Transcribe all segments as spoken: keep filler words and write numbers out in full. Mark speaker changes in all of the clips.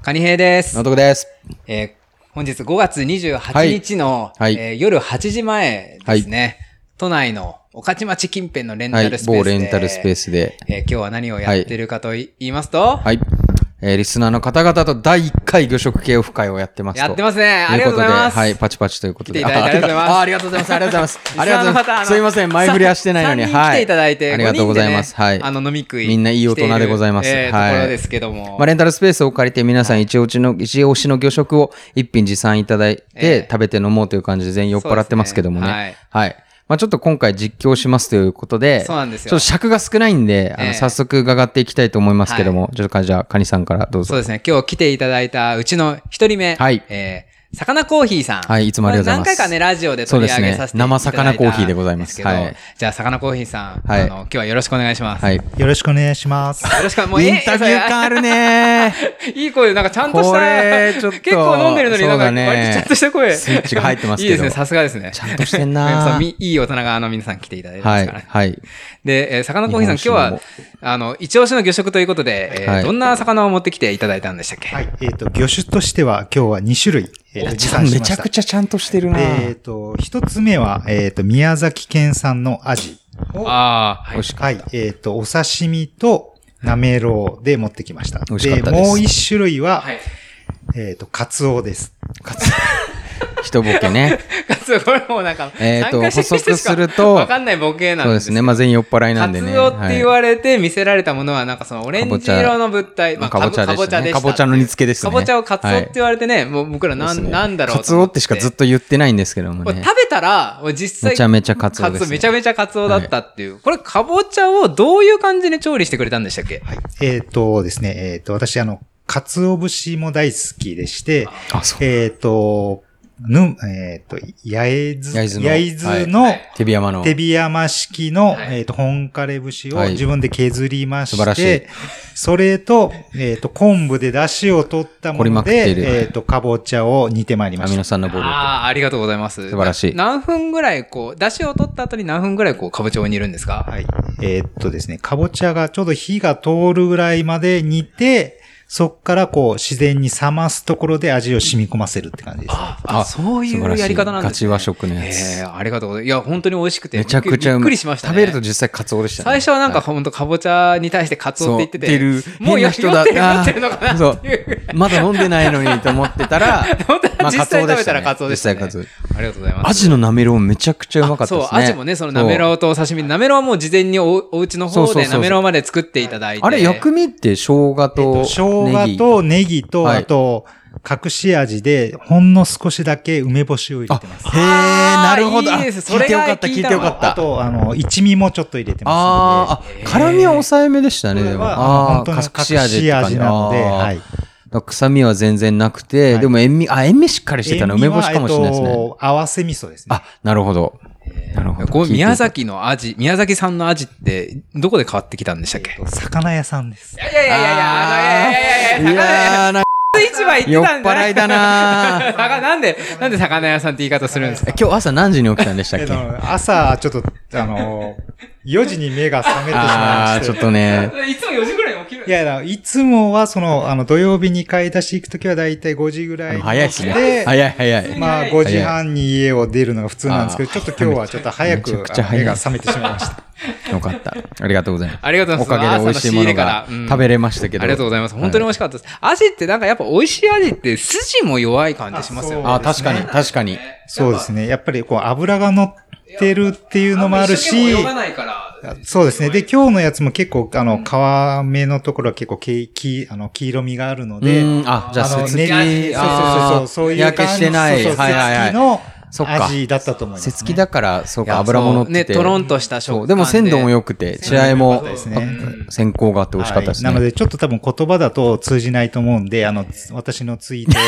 Speaker 1: カニヘイです。
Speaker 2: のとこです。
Speaker 1: えー、本日ごがつにじゅうはちにちの、はいはい、えー、夜はちじまえですね、はい、都内の御徒町近辺のレンタルスペースで、はい、
Speaker 2: 某レンタルスペースで、
Speaker 1: えー、今日は何をやってるかと言いますと、
Speaker 2: はい、えー、リスナーの方々とだいいっかい魚食系オフ会をやってますと。
Speaker 1: やってますね。ありがとうございます。
Speaker 2: はい、パチパチということで。
Speaker 1: 来ていただいてありがとうございます。
Speaker 2: あ、ありがとうございます。ありがとうございます。ありがとうございます。すいません、前振りはしてないのに。
Speaker 1: はい。来ていただいて、
Speaker 2: ありがとうございます。はい。
Speaker 1: あの、飲み食い。
Speaker 2: みんないい大人でございます。
Speaker 1: えー、
Speaker 2: はい。
Speaker 1: ところですけども。
Speaker 2: まあ、レンタルスペースを借りて皆さん一押しの、一押しの魚食を一品持参いただいて、食べて飲もうという感じで全員酔っ払ってますけどもね。はい。はい。まあ、ちょっと今回実況しますということで、
Speaker 1: そうなんですよ。
Speaker 2: ちょっと尺が少ないんで、あの、早速伺っていきたいと思いますけども、はい、ちょっとじゃあ、カニさんからどうぞ。
Speaker 1: そうですね。今日来ていただいたうちの一人目。はい。えーさかなコーヒーさん。
Speaker 2: はい、いつもありがとうございます。
Speaker 1: 何回かね、ラジオで取り上げさせていただいたんですけど。
Speaker 2: 生魚コーヒーでございます。
Speaker 1: はい。じゃあ、さかなコーヒーさん。はい。あの、今日はよろしくお願いします。
Speaker 2: はい。
Speaker 3: よろしくお願いします。
Speaker 1: よろしく、もう、
Speaker 2: インタビュー感あるね
Speaker 1: いい声、なんかちゃんとした。これ、ちょっと。結構飲んでるのになんか、割とちゃんとした声。
Speaker 2: スイッチが入ってますけど。
Speaker 1: いいですね、さすがですね。
Speaker 2: ちゃんとしてんな
Speaker 1: いい大人が、あの、皆さん来ていただいてますからね。
Speaker 2: はい。はい。
Speaker 1: で、さかなコーヒーさん、今日は、あの、一押しの魚食ということで、どんな魚を持ってきていただいたんでしたっけ？
Speaker 3: はい。えっと、魚種としては、今日はにしゅるい。
Speaker 2: えー、持参しました。めちゃくちゃちゃんとしてるな。
Speaker 3: えっと、一つ目は、えっと、宮崎県産のアジを、
Speaker 1: ああ、
Speaker 3: はい。はい。えっと、お刺身となめろうで持ってきました。
Speaker 2: 美味しかったです。
Speaker 3: で、もう一種類は、はい、えっと、カツオです。
Speaker 2: カツオ。一ボケね。
Speaker 1: カツオ、これもうなんか、
Speaker 2: えっと、補足すると、
Speaker 1: わかんないボケなんです。そうです
Speaker 2: ね。まあ、全員酔っ払いなんでね。
Speaker 1: カツオって言われて見せられたものは、なんかそのオレンジ色の物体、
Speaker 2: まあ、かぼちゃでしたね。かぼちゃの煮付けですね。
Speaker 1: かぼちゃをカツオって言われてね、もう僕らなん、なんだろう。
Speaker 2: カツオってしかずっと言ってないんですけどもね。
Speaker 1: 食べたら、実際、
Speaker 2: めちゃめちゃカツオです。
Speaker 1: めちゃめちゃカツオだったっていう。これ、かぼちゃをどういう感じで調理してくれたんでしたっけ？
Speaker 3: はい。えっとですね、えっと、私、あの、かつお節も大好きでして、
Speaker 2: あ、そう。
Speaker 3: えっと、ぬ、えっと、焼津、焼津の、
Speaker 2: 手火山の、
Speaker 3: 手火山式の、えっと、本枯節を自分で削りまして、それと、えっと、昆布で出汁を取ったもので、えっと、かぼちゃを煮てまいりました。
Speaker 2: アミノ酸のボール。
Speaker 1: ああ、ありがとうございます。
Speaker 2: 素晴らしい。
Speaker 1: 何分ぐらい、こう、出汁を取った後に何分ぐらい、こう、かぼちゃを煮るんですか？
Speaker 3: はい。えっとですね、かぼちゃがちょうど火が通るぐらいまで煮て、そっからこう自然に冷ますところで味を染み込ませるって感じです。
Speaker 1: ああ、そういうやり方なんですね。
Speaker 2: ガチ和食のやつ。
Speaker 1: ええー、ありがとうございます。いや、本当に美味しくて。
Speaker 2: めちゃくちゃ
Speaker 1: びっくりしましたね。
Speaker 2: 食べると実際カツオでしたね。
Speaker 1: 最初はなんか本当かぼちゃに対してカツオって言ってて。
Speaker 2: る
Speaker 1: もうや人だってなってるのかなっていう。
Speaker 2: まだ飲んでないのにと思ってたら、
Speaker 1: まあ実際食べたらカツオでしたね。
Speaker 2: 実際カツ
Speaker 1: オ。ありがとうございます。
Speaker 2: アジのなめろうめちゃくちゃうまかったですね。
Speaker 1: そう、アジもね、そのなめろうとお刺身。なめろうはもう事前におお家の方でなめろうまで作っていただいて。
Speaker 2: あれ、薬味って生姜と
Speaker 3: 生姜とネギと、あと、隠し味で、ほんの少しだけ梅干しを入れてます。
Speaker 2: へー、なるほど。
Speaker 1: いいです。
Speaker 2: 聞いてよかった、聞いてよかった。
Speaker 3: あと、あの、一味もちょっと入れてます。
Speaker 2: ああ、辛みは抑えめでしたね、でも。
Speaker 3: ああ、隠し味なので、はい。
Speaker 2: 臭みは全然なくて、はい、でも塩味、あ、塩味しっかりしてたの、梅干しかもしれないですね。
Speaker 3: えっと、合わせ味噌ですね。
Speaker 2: あ、なるほど。
Speaker 1: なるほど。こう宮崎の味、宮崎産の味って、どこで変わってきたんでしたっけ？
Speaker 3: 魚屋さんです。
Speaker 1: いやいやいやいや、あの、いやいやいやいや、魚屋。市場行ってたん
Speaker 2: 酔っ払いだな
Speaker 1: ぁ。なんで、なんで魚屋さんって言い方するんですか？
Speaker 2: 今日朝何時に起きたんでしたっけ？
Speaker 3: 朝、ちょっと、あの、よじに目が覚めてしまいまして。
Speaker 2: ああ、ちょっとね。
Speaker 1: いつもよじぐらいに起きるんですか？
Speaker 3: いや、いつもは、その、あの、土曜日に買い出し行くときはだいたいごじぐらいに起きて。
Speaker 2: 早いですね。早い早い。
Speaker 3: まあ、ごじはんに家を出るのが普通なんですけど、ちょっと今日はちょっと早く目が覚めてしまいました。
Speaker 2: よかった。ありがとうございます。
Speaker 1: ありがとうございます。
Speaker 2: おかげで美味しいものが食べれましたけど。
Speaker 1: ありがとうございます。本当に美味しかったです。アジってなんかやっぱ美味しいアジって筋も弱い感じしますよね。
Speaker 2: あ、確かに、確かに。
Speaker 3: そうですね。やっぱりこう油が乗ってるっていうのもあるし、そうですね。で、今日のやつも結構、あの、皮目のところは結構、黄、あの、黄色みがあるので、
Speaker 2: あ、じゃあ、
Speaker 3: あの、
Speaker 2: ね、
Speaker 3: そうそうそう、そういう感じ
Speaker 2: してない。
Speaker 3: そうそう、
Speaker 2: はいはいはい。
Speaker 3: の味だったと思います、ね。
Speaker 2: 節気だから、そうか、油も乗ってて。
Speaker 1: ね、トロンとした食感で。
Speaker 2: でも鮮度も良くて、血合いも鮮香があって美味しかったですね。
Speaker 3: なので、ちょっと多分言葉だと通じないと思うんで、あの、私のツイートを、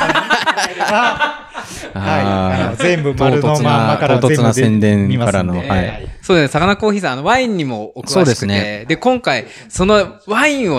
Speaker 3: はい。全部丸のまんまから全部
Speaker 2: 唐突な宣伝からの。はい。
Speaker 1: そうですね。魚コーヒーさん、あの、ワインにもお詳しくて。で、今回、そのワインをね、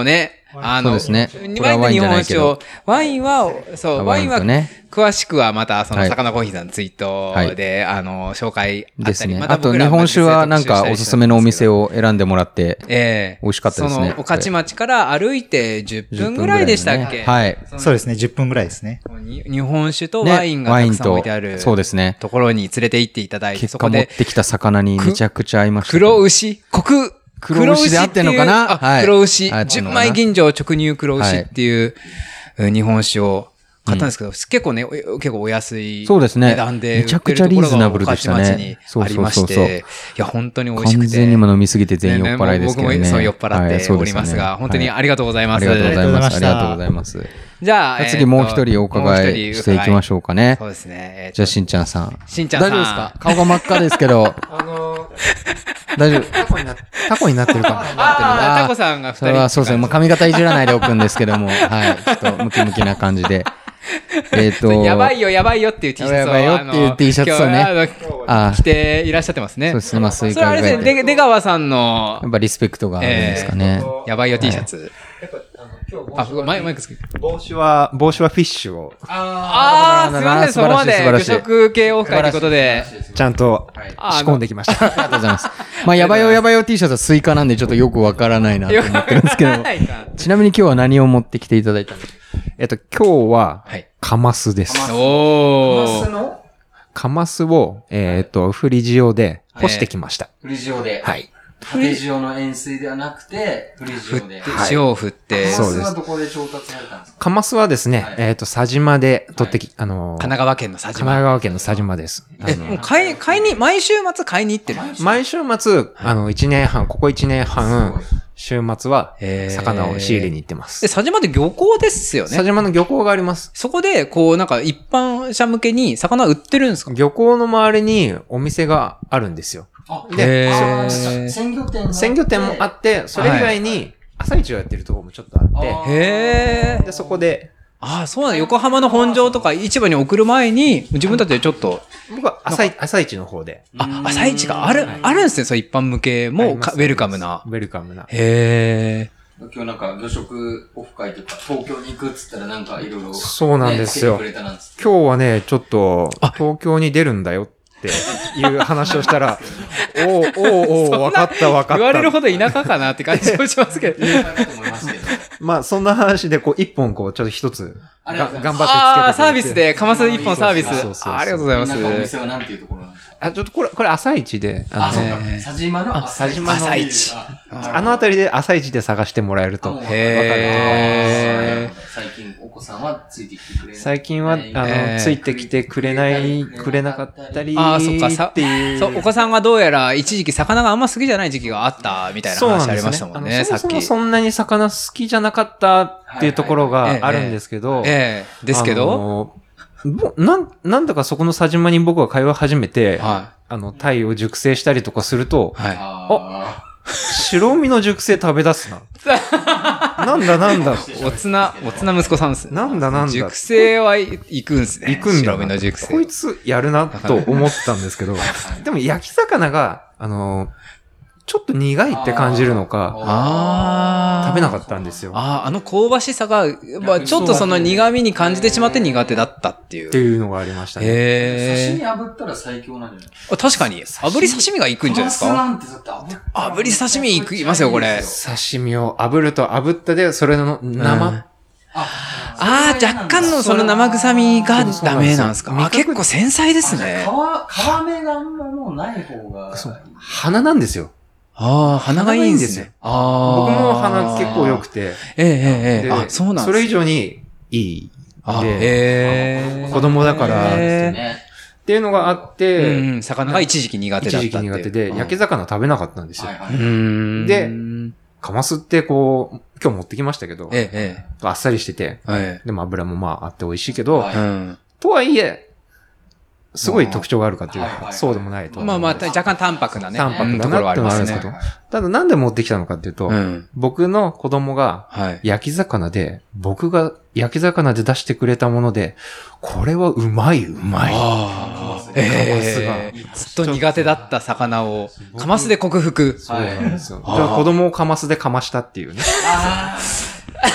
Speaker 1: あの、
Speaker 2: そうですね。
Speaker 1: ワインの日本酒を、ワインは、そう、ワインは、詳しくはまた、その、魚コーヒーさんのツイートで、あの、紹介あったり、また
Speaker 2: あと、日本酒はなんかおすすめのお店を選んでもらって、ええ、美味しかったですね。
Speaker 1: その、御徒町から歩いてじゅっぷんぐらいでしたっけ？
Speaker 2: はい。
Speaker 3: そうですね、じゅっぷんぐらいですね。
Speaker 1: 日本酒とワインがたくさん置いてある、
Speaker 2: そうですね。
Speaker 1: ところに連れて行っていただいて、
Speaker 2: そこで。持ってきた魚にめちゃくちゃ合いました。
Speaker 1: 黒牛、黒、
Speaker 2: 黒牛であってんのかな？
Speaker 1: はい。黒牛、純米吟醸直入黒牛っていう日本酒を買ったんですけど、結構ね、結構お安い値段で
Speaker 2: めちゃくちゃリーズナブルでしたね。
Speaker 1: ありまして、いや、本当に美味しくて。
Speaker 2: 完全にも飲みすぎて全員酔っ払いですけどね。
Speaker 1: 僕もそう酔っ払っておりますが、本当にありがとうございます。
Speaker 2: ありがとうございます。ありがとうございます。
Speaker 1: じゃあ、
Speaker 2: 次もう一人お伺いしていきましょうかね。
Speaker 1: そうですね。
Speaker 2: じゃあ、しんちゃんさん。
Speaker 1: しんちゃんさん。
Speaker 2: 大丈夫ですか？顔が真っ赤ですけど。
Speaker 4: あのー、
Speaker 2: 大丈夫。
Speaker 4: タコにな、タコになってるかも。
Speaker 1: ああ、タコさんが二人。
Speaker 2: それはそうですね。まあ、髪型いじらないでおくんですけども、はい。ちょっとムキムキな感じで。えっと。
Speaker 1: やばいよ、やばいよっていう T シャツを。
Speaker 2: やばいよっていう T シャツをね。
Speaker 1: 着ていらっしゃってますね。
Speaker 2: そうですね。まあ、そういう
Speaker 1: それあれですね、出川さんの。
Speaker 2: やっぱリスペクトがあるんですかね。
Speaker 1: やばいよ T シャツ。あ、マイクつけて。
Speaker 4: 帽子は、帽子はフィッシュを。
Speaker 1: ああ、すみません、そこまで魚食系オフ会ということで。
Speaker 4: ちゃんと仕込んできました。
Speaker 2: ありがとうございます。まあ、やばいよやばいよ T シャツはスイカなんでちょっとよくわからないなと思ってるんですけど。ちなみに今日は何を持ってきていただいたんですか？
Speaker 4: えっと、今日は、カマスです。
Speaker 1: お
Speaker 2: ー。カマスの
Speaker 4: カマスを、えっと、フリジオで干してきました。
Speaker 2: フリジオで。
Speaker 4: はい。
Speaker 2: 縦塩の塩水ではなくて、フリジオで。
Speaker 1: 塩を振って。
Speaker 2: カマスはどこで調達されたんですか？
Speaker 4: カマスはですね、えっと、佐島で取ってき、あの、
Speaker 1: 神奈川県の佐島。
Speaker 4: 神奈川県の佐島です。
Speaker 1: え、もう買い、買いに、毎週末買いに行ってる？
Speaker 4: 毎週末、あの、一年半、ここ一年半、週末は、魚を仕入れに行ってます。
Speaker 1: で、佐島って漁港ですよね。
Speaker 4: 佐島の漁港があります。
Speaker 1: そこで、こう、なんか一般者向けに魚売ってるんですか？
Speaker 4: 漁港の周りにお店があるんですよ。
Speaker 2: で、鮮魚店
Speaker 4: 鮮魚店もあって、それ以外に朝市をやってるところもちょっとあって、
Speaker 1: へー。
Speaker 4: で、そこで、
Speaker 1: ああ、そうなんだ。横浜の本場とか市場に送る前に、自分たちでちょっと。
Speaker 4: 僕は朝市、朝市の方で。
Speaker 1: あ、朝市がある、あるんですね。そう、一般向けもウェルカムな。
Speaker 4: ウェルカムな。
Speaker 1: へー。
Speaker 2: 今日なんか魚食オフ会とか東京に行くっつったらなんかいろいろ。
Speaker 4: そうなんですよ。今日はね、ちょっと東京に出るんだよっていう話をしたら、おおおおわかったわかった。
Speaker 1: 言われるほど田舎かなって感じもしますけど。
Speaker 4: まあそんな話でこう一本こうちょっと一つが頑張ってつけて。
Speaker 1: ああ、サービスでかます一本サービス。ありがとうございます。
Speaker 2: お店はなんていうところなんですか？
Speaker 4: あ、ちょっとこれ、これ朝一で。
Speaker 2: あ、そうか。佐島の
Speaker 4: 朝市。朝
Speaker 1: 市。
Speaker 4: あのあたりで朝一で探してもらえると。
Speaker 2: へー。最近お子さんはついてきてくれない。
Speaker 4: 最近は、あの、ついてきてくれない、くれなかったり。
Speaker 1: ああ、そっか、さ、
Speaker 4: っていう。
Speaker 1: そう、お子さんがどうやら一時期魚があんま好きじゃない時期があったみたいな話ありましたもんね、さっき。
Speaker 4: そもそもそんなに魚好きじゃなかったっていうところがあるんですけど。
Speaker 1: ええ。ですけど
Speaker 4: なん、なんだかそこの佐島に僕が通い始めて、
Speaker 1: はい、
Speaker 4: あの、タイを熟成したりとかすると、
Speaker 1: はい、
Speaker 4: あ、白身の熟成食べ出すな。なんだなんだ。
Speaker 1: おつな、おつな息子さんです。
Speaker 4: なんだなんだ。
Speaker 1: 熟成は行くんですね。
Speaker 4: 行くんだ。
Speaker 1: 白身の熟成。
Speaker 4: こいつやるなと思ったんですけど、でも焼き魚が、あの、ちょっと苦いって感じるのか、
Speaker 1: あ
Speaker 4: 食べなかったんですよ。
Speaker 1: ああ、あの香ばしさが、まあ、ちょっとその苦味に感じてしまって苦手だったっていう。
Speaker 4: っていうのがありましたね。
Speaker 2: へ刺身炙ったら最強なんじゃない
Speaker 1: あ、確かに。炙り刺身がいくんじゃないですか？
Speaker 2: なんてだって
Speaker 1: 炙り刺身いく、いますよ、これ。
Speaker 4: 刺身を炙ると炙ったで、それの生。うん、
Speaker 1: ああ、若干のその生臭みがダメなんですか？あ、結構繊細ですね。
Speaker 2: 皮、皮目があんまもうない方が。
Speaker 4: そう。鼻なんですよ。
Speaker 1: ああ、鼻がいいんですね。あ
Speaker 4: あ。僕も鼻結構良くて。
Speaker 1: ええええ。あ、そうなんです
Speaker 4: それ以上にいい。
Speaker 1: あ、へ
Speaker 4: え。子供だから、っていうのがあって、
Speaker 1: うん、魚が一時期苦手だった。
Speaker 4: 一時期苦手で、焼き魚食べなかったんですよ。
Speaker 1: はい
Speaker 4: で、カマスってこう、今日持ってきましたけど、
Speaker 1: ええ、
Speaker 4: あっさりしてて、
Speaker 1: はい、
Speaker 4: でも油もまああって美味しいけど、
Speaker 1: はい、
Speaker 4: とはいえ、すごい特徴があるかっていうと、そうでもないと。
Speaker 1: まあまあ、若干淡白なね。
Speaker 4: 淡白だなってのはあるんですけど。ただなんで持ってきたのかっていうと、僕の子供が焼き魚で、僕が焼き魚で出してくれたもので、これはうまいうまい。
Speaker 1: ええ、ずっと苦手だった魚を、カマスで克服。
Speaker 4: そうなんですよ。じゃあ子供をカマスでかましたっていうね。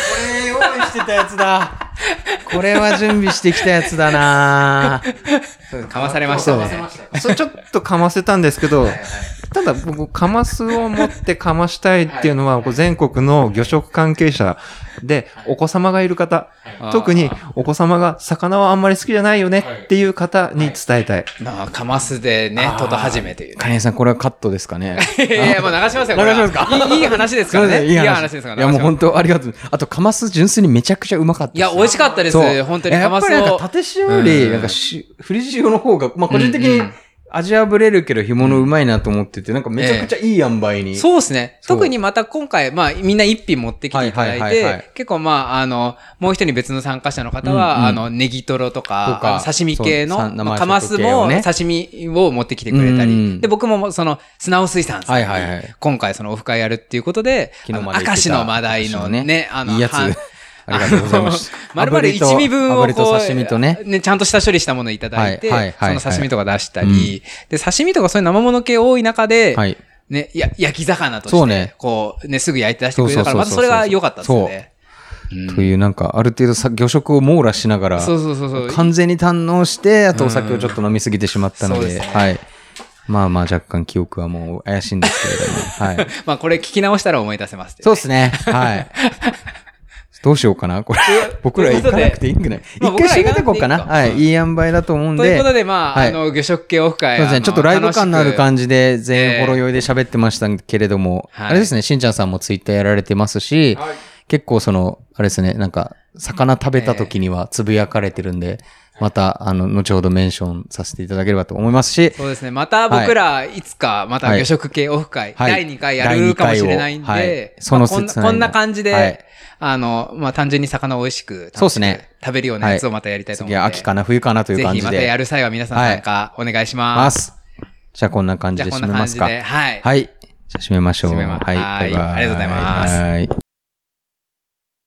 Speaker 2: 用意してたやつだ。これは準備してきたやつだな
Speaker 1: かまされましたね。
Speaker 4: そう、ちょっとかませたんですけど、はいはい、ただ僕、かますを持ってかましたいっていうのは、全国の魚食関係者で、お子様がいる方、特にお子様が魚はあんまり好きじゃないよねっていう方に伝えたい。
Speaker 1: まあ、かますでね、とど始めという。
Speaker 2: カニさん、これはカットですかね。
Speaker 1: いやいや、もう流しますよ、これ。流しますかいい話ですからね。いい話ですからね。
Speaker 2: いや、もう本当ありがとう。あと、かます純粋にめちゃくちゃうまかった。
Speaker 1: いや、美味しかったです。本当にかますを。
Speaker 2: やっぱりなんか、縦塩より、なんか、振り塩の方が、まあ、個人的に、味はぶれるけど干物うまいなと思ってて、なんかめちゃくちゃいい塩梅に。
Speaker 1: ええ、そうですね。特にまた今回、まあみんな一品持ってきていただいて、はいはいはいはい、結構まあ、あの、もう一人別の参加者の方は、うんうん、あの、ネギトロとか、とか刺身系の、カマスも刺身を持ってきてくれたり、うんうん、で、僕もその、砂尾水産さんに、はいはいはい、今回そのオフ会やるっていうことで、明石のマダイのね、ねあの、
Speaker 2: いいやつ。ありがとうございます。
Speaker 1: 丸々一味分をこう、
Speaker 2: 刺身とね、
Speaker 1: ね、ちゃんと下処理したものをいただいて、はいはいはいはい、その刺身とか出したり、うん、で、刺身とかそういう生物系多い中で、はい、ね、や、焼き魚として、ね、こう、ね、すぐ焼いて出してくれたから、まずそれが良かったですよね。
Speaker 2: うん、というなんかある程度さ魚食を網羅しながら、そうそうそうそう、完全に堪能して、あとお酒をちょっと飲みすぎてしまったので、うんでね、はい。まあまあ若干記憶はもう怪しいんですけれども、はい。
Speaker 1: まあこれ聞き直したら思い出せます、ね。
Speaker 2: そうですね。はい。どうしようかなこれ。僕ら行かなくていいんじゃない一回締めていこうかな。はい。いい塩梅だと思うんで。
Speaker 1: ということで、まあ、はい、あの、魚食系オフ会。
Speaker 2: そうですね。ちょっとライブ感のある感じで、全員ほろ酔いで喋ってましたけれども、えー、あれですね、しんちゃんさんもツイッターやられてますし、はい、結構その、あれですね、なんか、魚食べた時にはつぶやかれてるんで、えー、また、あの、後ほどメンションさせていただければと思いますし。
Speaker 1: そうですね。また僕ら、いつか、また魚食系オフ会、はい、だいにかいやるかもしれないんで、はい、その、まあ、こん、こんな感じで、はい、あの、まあ、単純に魚を美味しく、
Speaker 2: そうですね。
Speaker 1: 食べるようなやつをまたやりたいと思うので、
Speaker 2: はい、次は秋かな冬かなという感じで。
Speaker 1: ぜひまたやる際は皆さん参加お願いします。はい、
Speaker 2: じゃあこんな感じで締めますか。
Speaker 1: じゃあこんな感じで、はい。
Speaker 2: はい。じゃあ締めましょう。
Speaker 1: 締めま、はい。バイバイ。ありがとうございます。はい。